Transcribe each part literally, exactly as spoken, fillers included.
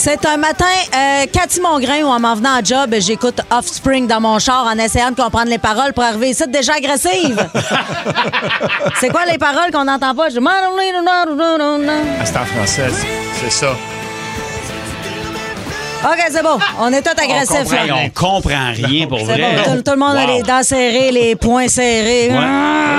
C'est un matin, euh, Cathy Mongrain, où en m'en venant à job, j'écoute Offspring dans mon char en essayant de comprendre les paroles pour arriver ici déjà agressive. C'est quoi les paroles qu'on n'entend pas? Je... Ah, c'est en français, c'est ça. OK, c'est bon. On est tous agressifs. On comprend, là. on comprend rien pour C'est vrai. bon. Tout, tout le monde Wow. a les dents serrées, les poings serrés. Ouais.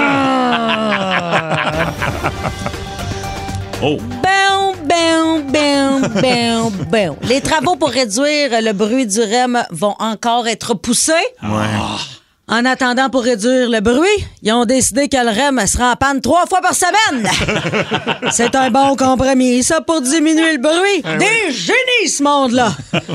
Oh. Boum, boum, boum, boum, boum. Les travaux pour réduire le bruit du R E M vont encore être poussés. Ouais. En attendant, pour réduire le bruit, ils ont décidé que le R E M sera en panne trois fois par semaine. C'est un bon compromis, ça, pour diminuer le bruit. Des génies, ce monde-là.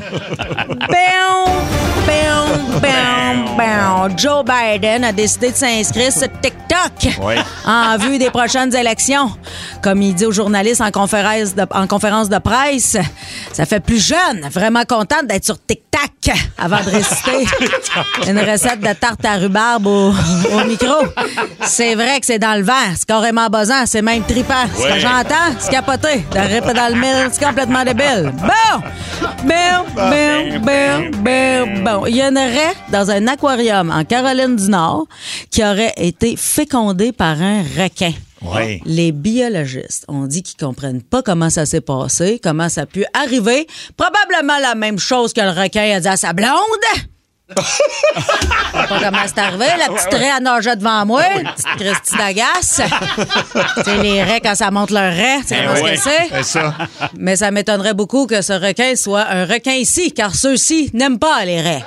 Boum, boum, boum, boum. Joe Biden a décidé de s'inscrire sur TikTok Ouais. en vue des prochaines élections. Comme il dit aux journalistes en conférence de, en conférence de presse, ça fait plus jeune, vraiment contente d'être sur TikTok avant de réciter une recette de tarte à rhubarbe au, au micro. C'est vrai que c'est dans le vent, c'est carrément buzzant, c'est même trippant. Ce que Ouais. j'entends, c'est capoté. De rip dans le mille, c'est complètement débile. Bon! Bon, bon, bon, bon, bon. Il y a une raie dans un aquarium en Caroline du Nord qui aurait été fécondée par un requin. Ouais. Les biologistes ont dit qu'ils comprennent pas comment ça s'est passé, comment ça a pu arriver. Probablement la même chose que le requin a dit à sa blonde. Je sais pas comment c'est arrivé. La petite raie, elle nageait devant moi. La petite Christy d'agace. Tu sais, les raies, quand ça monte leur raie, tu sais comment ouais. ce que c'est? C'est ça. Mais ça m'étonnerait beaucoup que ce requin soit un requin ici, car ceux-ci n'aiment pas les raies.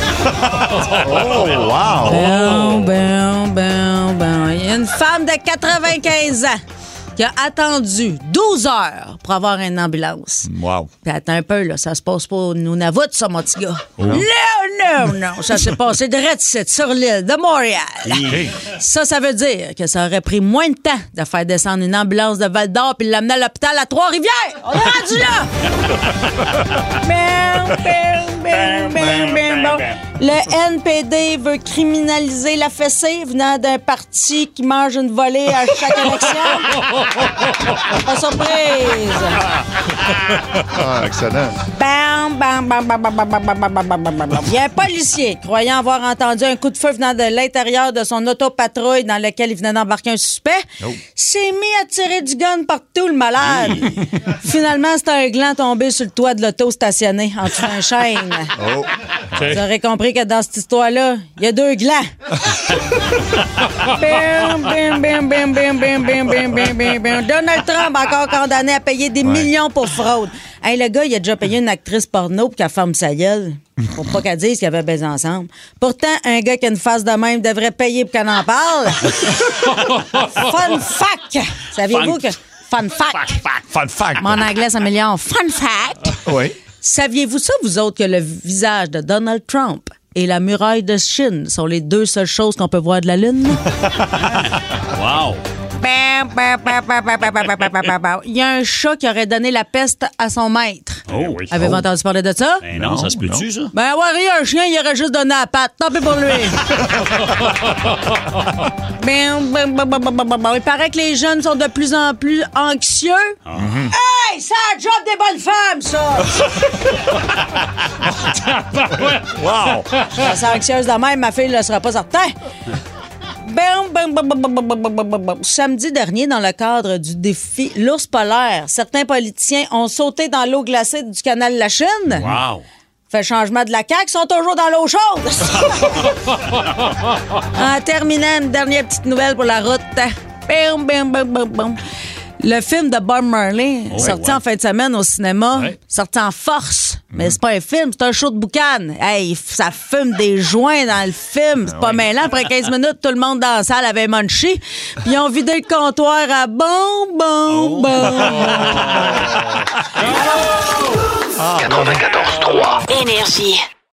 Oh, wow. Bon, bon, bon, bon. Il y a une femme de quatre-vingt-quinze ans qui a attendu douze heures pour avoir une ambulance. Wow. Puis attends un peu, là, ça se passe pas au Nunavut, ça, mon petit gars. Non, non, non. Ça s'est passé direct ici, sur l'île de Montréal. OK. Ça, ça veut dire que ça aurait pris moins de temps de faire descendre une ambulance de Val-d'Or puis l'amener à l'hôpital à Trois-Rivières. On est rendu là! Bam, bam, bam, bam, bam, bam. Le N P D veut criminaliser la fessée venant d'un parti qui mange une volée à chaque élection. Pas surprise. Ah, excellent. Bam, bam, bam, bam, bam, bam, bam, bam, bam, bam, bam, bam. Il y a un policier croyant avoir entendu un coup de feu venant de l'intérieur de son autopatrouille dans lequel il venait d'embarquer un suspect. Oh. S'est mis à tirer du gun partout, le malade. Finalement, c'était un gland tombé sur le toit de l'auto stationné en dessous d'un chêne. Oh. Vous aurez compris que dans cette histoire-là, il y a deux glands. Bam, bam, bam, bam, bam, bam, bam, bam, bam, bam, bam. Donald Trump encore condamné à payer des millions pour fraude. Hey, le gars, il a déjà payé une actrice porno pour qu'elle ferme sa gueule. Pour pas qu'elle dise qu'ils avaient baisé ensemble. Pourtant, un gars qui a une face de même devrait payer pour qu'elle en parle. Fun fact! Saviez-vous que... Fun fact! Fun fact. Mon anglais s'améliore. Fun fact! Oui. Saviez-vous ça, vous autres, que le visage de Donald Trump et la muraille de Chine sont les deux seules choses qu'on peut voir de la Lune? Wow. Il y a un chat qui aurait donné la peste à son maître. Oh. Avez-vous entendu parler de ça? Ben non, ça se peut-tu, ça? Ben, ouais, rien, un chien, il aurait juste donné la patte. Tant pis pour lui. Ben, ben, ben, ben, ben, ben, ben. Il paraît que les jeunes sont de plus en plus anxieux. Hey, c'est la job des bonnes femmes, ça! Wow. Je suis anxieuse de même, ma fille ne le sera pas certain. Bam, bam, bam, bam, bam, bam, bam, bam, bam. Samedi dernier, dans le cadre du défi L'ours polaire, certains politiciens ont sauté dans l'eau glacée du canal de la Chine. Wow. Fait changement de la C A Q, ils sont toujours dans l'eau chaude. En terminant, une dernière petite nouvelle pour la route. Bam, bam, bam, bam, bam. Le film de Bob Marley, Ouais, sorti ouais. en fin de semaine au cinéma, Ouais. sorti en force. Mais c'est pas un film, c'est un show de boucan. Hey, ça fume des joints dans le film. C'est pas mêlant. Après quinze minutes, tout le monde dans la salle avait munché. Puis ils ont vidé le comptoir à bon, bon, bon. quatre-vingt-quatorze trois. Énergie.